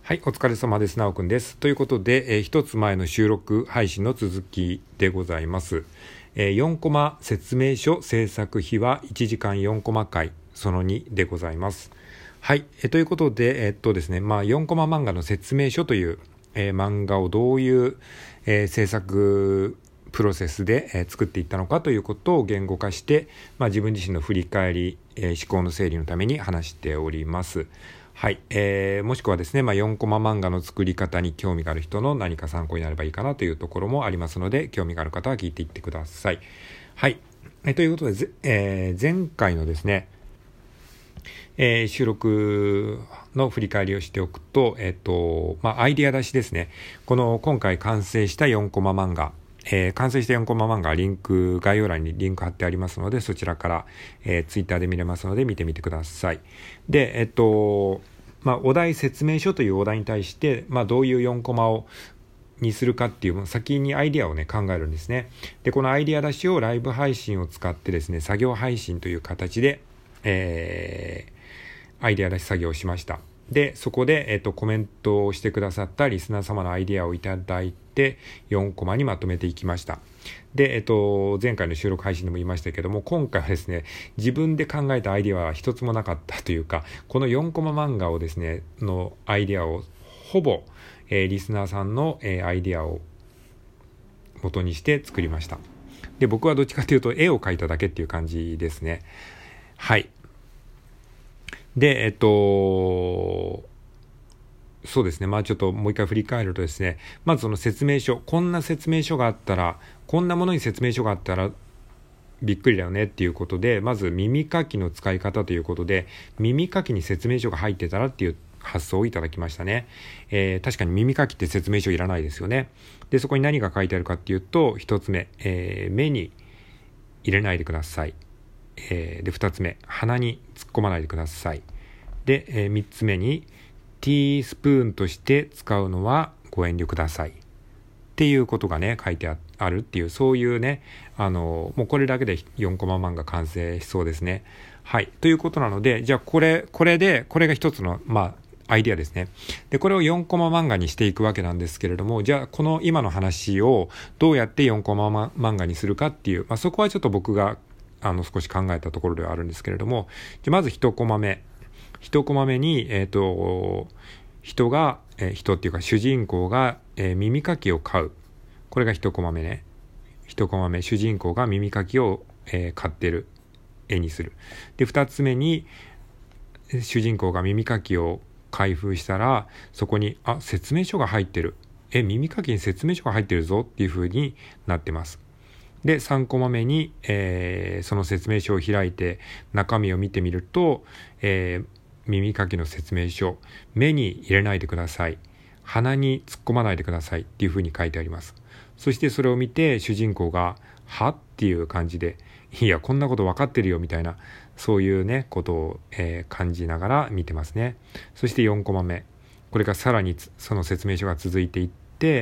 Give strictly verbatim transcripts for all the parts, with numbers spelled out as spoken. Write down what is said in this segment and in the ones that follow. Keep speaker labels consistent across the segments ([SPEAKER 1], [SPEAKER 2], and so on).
[SPEAKER 1] はい、お疲れ様です。なおくんです。ということで、えー、一つ前の収録配信の続きでございます。えー、よんコマ説明書制作費はいちじかんよんコマ回そのにでございます。はい、えー、ということで、えー、っとですね、まあよんコマ漫画の説明書という、えー、漫画をどういう、えー、制作プロセスで、えー、作っていったのかということを言語化して、まあ、自分自身の振り返り、えー、思考の整理のために話しております。はい、えー、もしくはですね、まあ、よんコマ漫画の作り方に興味がある人の何か参考になればいいかなというところもありますので、興味がある方は聞いていってください。はい、えー、ということで、えー、前回のですね、えー、収録の振り返りをしておくと、えっと、まあ、アイディア出しですね。この今回完成したよんコマ漫画、えー、完成したよんコマ漫画はリンク、概要欄にリンク貼ってありますので、そちらから、えー、ツイッターで見れますので見てみてください。で、えっと、まあ、お題説明書というお題に対して、まあ、どういうよんコマをにするかっていう先にアイディアをね考えるんですね。で、このアイディア出しをライブ配信を使ってですね、作業配信という形で、えー、アイデア出し作業をしました。で、そこで、えっと、コメントをしてくださったリスナー様のアイデアをいただいて、よんコマにまとめていきました。で、えっと、前回の収録配信でも言いましたけども、今回はですね、自分で考えたアイデアは一つもなかったというか、このよんコマ漫画をですね、のアイデアをほぼ、えー、リスナーさんの、えー、アイデアを元にして作りました。で、僕はどっちかというと絵を描いただけっていう感じですね。はい。で、えっと、そうですね。まあちょっともう一回振り返るとですね、まずその説明書、こんな説明書があったら、こんなものに説明書があったらびっくりだよねっていうことで、まず耳かきの使い方ということで、耳かきに説明書が入ってたらっていう発想をいただきましたね。えー、確かに耳かきって説明書いらないですよね。で、そこに何が書いてあるかっていうと、一つ目、えー、目に入れないでください。えー、で、二つ目、鼻に突っ込まないでください。で、えー、三つ目に、ティースプーンとして使うのはご遠慮ください。っていうことがね、書いてあるっていう、そういうね、あの、もうこれだけでよんコマ漫画完成しそうですね。はい。ということなので、じゃあこれ、これで、これが一つの、まあ、アイデアですね。で、これをよんコマ漫画にしていくわけなんですけれども、じゃあこの今の話をどうやってよんコマ漫画にするかっていう、まあ、そこはちょっと僕が、あの、少し考えたところではあるんですけれども、じゃまずいちコマ目。いちコマ目に、えっと、人が、えー、人っていうか主人公が、えー、耳かきを買う。これがいちコマ目ね。いちコマ目、主人公が耳かきを、えー、買ってる絵にする。で、ふたつめに、主人公が耳かきを開封したら、そこに、あ、説明書が入ってる。え、耳かきに説明書が入ってるぞっていう風になってます。で、さんコマ目に、えー、その説明書を開いて中身を見てみると、えー、耳かきの説明書、目に入れないでください。鼻に突っ込まないでくださいっていう風に書いてあります。そしてそれを見て主人公が、はっていう感じで、いや、こんなこと分かってるよみたいな、そういうね、ことを、えー、感じながら見てますね。そしてよんコマ目。これがさらにその説明書が続いていって、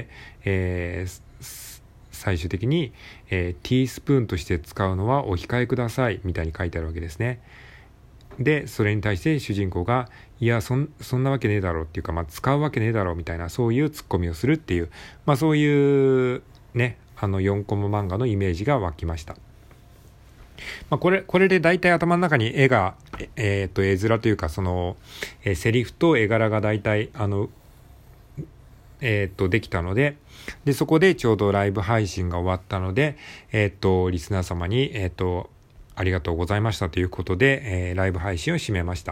[SPEAKER 1] えー、最終的に、えー、ティースプーンとして使うのはお控えくださいみたいに書いてあるわけですね。で、それに対して主人公が、いや、そん、そんなわけねえだろうっていうか、まあ、使うわけねえだろうみたいな、そういうツッコミをするっていう、まあ、そういうね、あのよんコマ漫画のイメージが湧きました。まあ、これ、これで大体頭の中に絵が、えー、っと、絵面というか、その、えー、セリフと絵柄が大体、あの、えー、っと、できたので、で、そこでちょうどライブ配信が終わったので、えー、っと、リスナー様に、えー、っと、ありがとうございましたということで、えー、ライブ配信を締めました。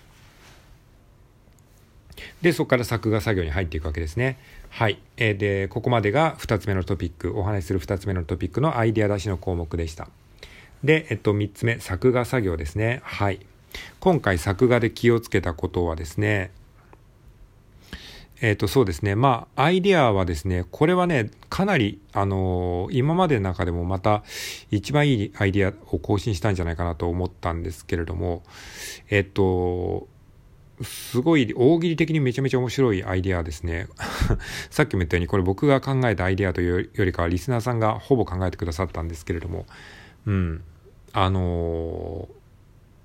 [SPEAKER 1] で、そこから作画作業に入っていくわけですね。はい。えー、で、ここまでがふたつめのトピック、お話しするふたつめのトピックのアイデア出しの項目でした。で、えっと、みっつめ、作画作業ですね。はい。今回作画で気をつけたことはですね、えっと、そうですね。まあ、アイデアはですね、これはね、かなり、あのー、今までの中でもまた一番いいアイデアを更新したんじゃないかなと思ったんですけれども、えっと、すごい大喜利的にめちゃめちゃ面白いアイデアですね。さっきも言ったように、これ僕が考えたアイデアというよりかは、リスナーさんがほぼ考えてくださったんですけれども、うん。あのー、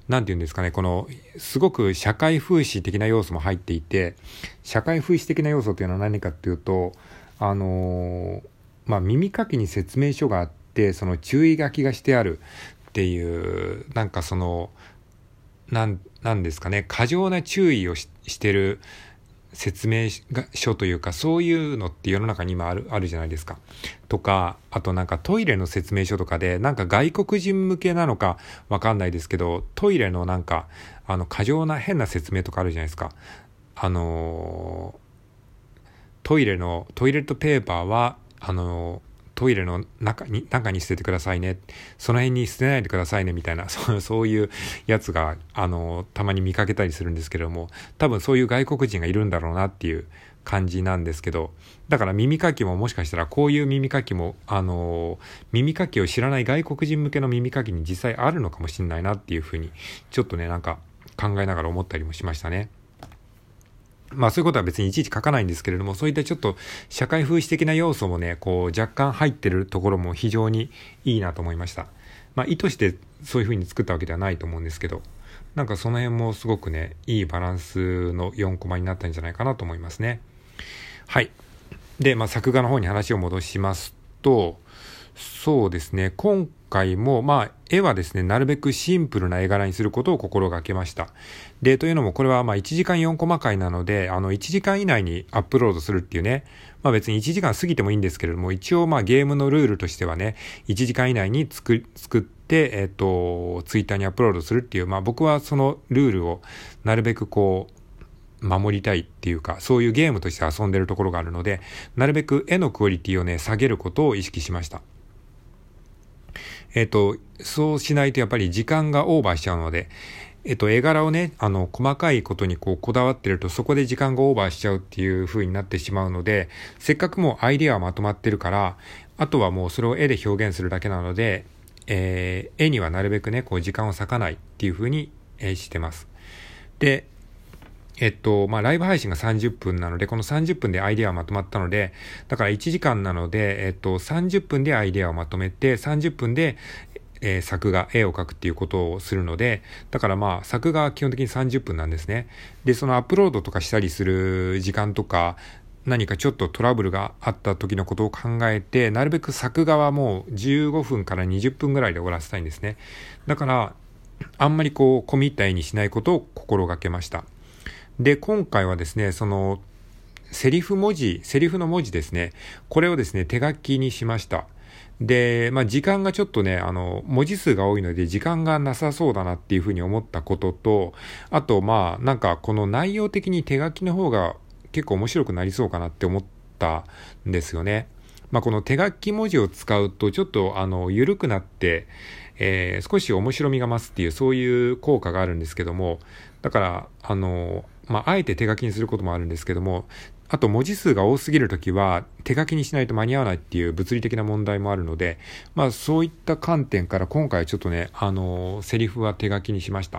[SPEAKER 1] なんていうんですかね、このすごく社会風刺的な要素も入っていて、社会風刺的な要素というのは何かっていうと、あのーまあ、耳かきに説明書があって、その注意書きがしてあるっていう、なんかそのなんなんですかね、過剰な注意を し, してる説明書というか、そういうのって世の中に今あるあるじゃないですか。とか、あとなんかトイレの説明書とかで、なんか外国人向けなのかわかんないですけど、トイレのなんかあの過剰な変な説明とかあるじゃないですか。あのトイレのトイレットペーパーはあのトイレの中に中に捨ててくださいね、その辺に捨てないでくださいねみたいな、そう、そういうやつがあのたまに見かけたりするんですけれども、多分そういう外国人がいるんだろうなっていう感じなんですけど、だから耳かきももしかしたらこういう耳かきもあの耳かきを知らない外国人向けの耳かきに実際あるのかもしれないなっていうふうにちょっとね、なんか考えながら思ったりもしましたね。まあそういうことは別にいちいち書かないんですけれども、そういったちょっと社会風刺的な要素もね、こう若干入ってるところも非常にいいなと思いました。まあ意図してそういう風に作ったわけではないと思うんですけど、なんかその辺もすごくね、いいバランスのよんコマになったんじゃないかなと思いますね。はい。で、まあ作画の方に話を戻しますと、そうですね、今回もまあ絵はですね、なるべくシンプルな絵柄にすることを心がけました。で、というのもこれはまあいちじかんよんコマ回なので、あのいちじかん以内にアップロードするっていうね、まあ別にいちじかん過ぎてもいいんですけれども、一応まあゲームのルールとしてはね、いちじかん以内に作作ってえっとツイッターにアップロードするっていう、まあ僕はそのルールをなるべくこう守りたいっていうか、そういうゲームとして遊んでるところがあるので、なるべく絵のクオリティをね下げることを意識しました。えっと、そうしないとやっぱり時間がオーバーしちゃうので、えっと、絵柄をね、あの、細かいことにこう、こだわってると、そこで時間がオーバーしちゃうっていう風になってしまうので、せっかくもうアイデアはまとまってるから、あとはもうそれを絵で表現するだけなので、えー、絵にはなるべくね、こう、時間を割かないっていう風に、えー、してます。で、えっと、まあ、ライブ配信がさんじゅっぷんなので、このさんじゅっぷんでアイデアはまとまったので、だからいちじかんなので、えっと、さんじゅっぷんでアイデアをまとめて、さんじゅっぷんで、えー、作画、絵を描くっていうことをするので、だからまあ、作画は基本的にさんじゅっぷんなんですね。で、そのアップロードとかしたりする時間とか、何かちょっとトラブルがあった時のことを考えて、なるべく作画はもうじゅうごふんからにじゅっぷんぐらいで終わらせたいんですね。だから、あんまりこう、込み入った絵にしないことを心がけました。で、今回はですね、その、セリフ文字、セリフの文字ですね、これをですね、手書きにしました。で、まあ時間がちょっとね、あの、文字数が多いので時間がなさそうだなっていうふうに思ったことと、あとまあなんかこの内容的に手書きの方が結構面白くなりそうかなって思ったんですよね。まあこの手書き文字を使うとちょっとあの、緩くなって、えー、少し面白みが増すっていうそういう効果があるんですけども、だからあの、まああえて手書きにすることもあるんですけども、あと文字数が多すぎるときは手書きにしないと間に合わないっていう物理的な問題もあるので、まあそういった観点から今回はちょっとね、あのセリフは手書きにしました。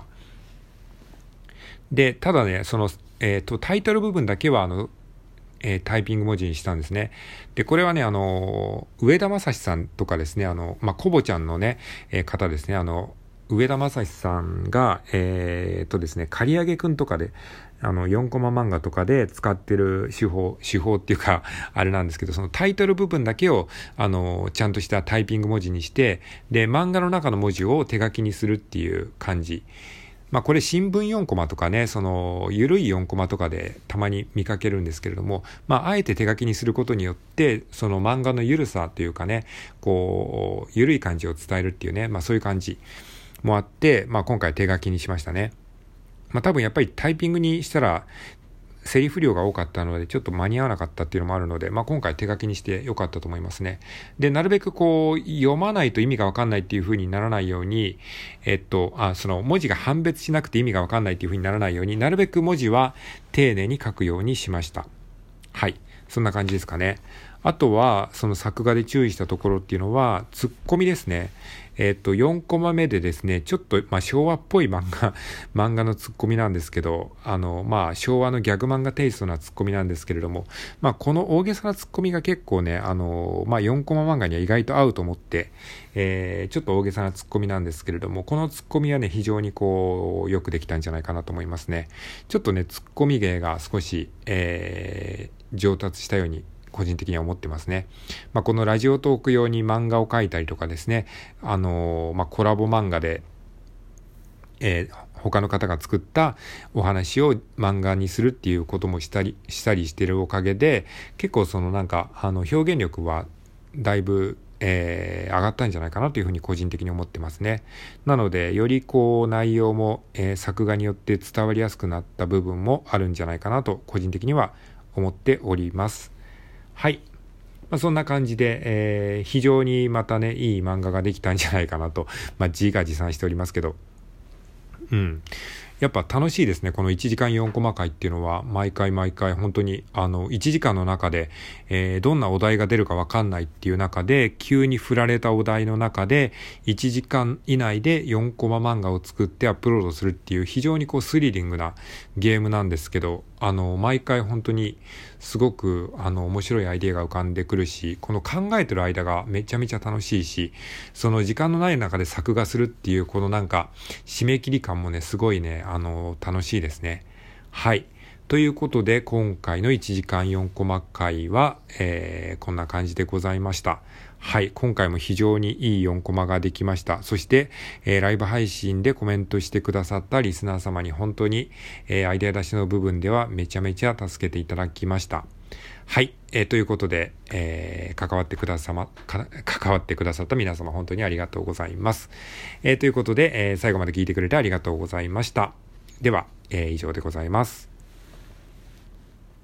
[SPEAKER 1] で、ただね、その、えっと、タイトル部分だけはあの、えー、タイピング文字にしたんですね。で、これはね、あの、上田正史さんとかですね、あの、まあ、コボちゃんのね、えー、方ですね、あの、上田正史さんが、えー、っとですね、刈り上げくんとかで、あの、よんコマ漫画とかで使ってる手法、手法っていうか、あれなんですけど、そのタイトル部分だけを、あの、ちゃんとしたタイピング文字にして、で、漫画の中の文字を手書きにするっていう感じ。まあこれ新聞よんコマとかね、その緩いよんコマとかでたまに見かけるんですけれども、まああえて手書きにすることによって、その漫画の緩さというかね、こう、緩い感じを伝えるっていうね、まあそういう感じもあって、まあ今回手書きにしましたね。まあ多分やっぱりタイピングにしたら、セリフ量が多かったのでちょっと間に合わなかったっていうのもあるので、まあ今回手書きにしてよかったと思いますね。で、なるべくこう読まないと意味がわかんないっていう風にならないように、えっと、あ、その文字が判別しなくて意味がわかんないっていう風にならないように、なるべく文字は丁寧に書くようにしました。はい。そんな感じですかね。 あとはその作画で注意したところっていうのはツッコミですね。えっとよんコマ目でですね、ちょっとまあ昭和っぽい漫画漫画のツッコミなんですけど、あのまあ昭和のギャグ漫画テイストなツッコミなんですけれども、まあこの大げさなツッコミが結構ね、あのまあよんコマ漫画には意外と合うと思って、えー、ちょっと大げさなツッコミなんですけれども、このツッコミはね非常にこうよくできたんじゃないかなと思いますね。ちょっとねツッコミ芸が少し、えー、上達したように個人的には思ってますね。まあ、このラジオトーク用に漫画を描いたりとかですね、あのー、まあ、コラボ漫画で、えー、他の方が作ったお話を漫画にするっていうこともしたりしたりしてるおかげで、結構そのなんかあの表現力はだいぶえー、上がったんじゃないかなというふうに個人的に思ってますね。なのでよりこう内容も、えー、作画によって伝わりやすくなった部分もあるんじゃないかなと個人的には思っております。はい、まあ、そんな感じで、えー、非常にまたねいい漫画ができたんじゃないかなと、まあ、自画自賛しておりますけど、うんやっぱ楽しいですね。このいちじかんよんコマ回っていうのは毎回毎回本当にあのいちじかんの中で、えー、どんなお題が出るか分かんないっていう中で急に振られたお題の中でいちじかん以内でよんコマ漫画を作ってアップロードするっていう非常にこうスリリングなゲームなんですけど、あの毎回本当にすごくあの面白いアイデアが浮かんでくるし、この考えてる間がめちゃめちゃ楽しいし、その時間のない中で作画するっていうこのなんか締め切り感もねすごいねあの楽しいですね。はい、ということで今回のいちじかんよんコマ回は、えー、こんな感じでございました。はい、今回も非常にいいよんコマができました。そして、えー、ライブ配信でコメントしてくださったリスナー様に本当に、えー、アイデア出しの部分ではめちゃめちゃ助けていただきました。はい、えー、ということで、えー、関わってくださまか関わってくださった皆様本当にありがとうございます。えー、ということで、えー、最後まで聞いてくれてありがとうございました。では、えー、以上でございます。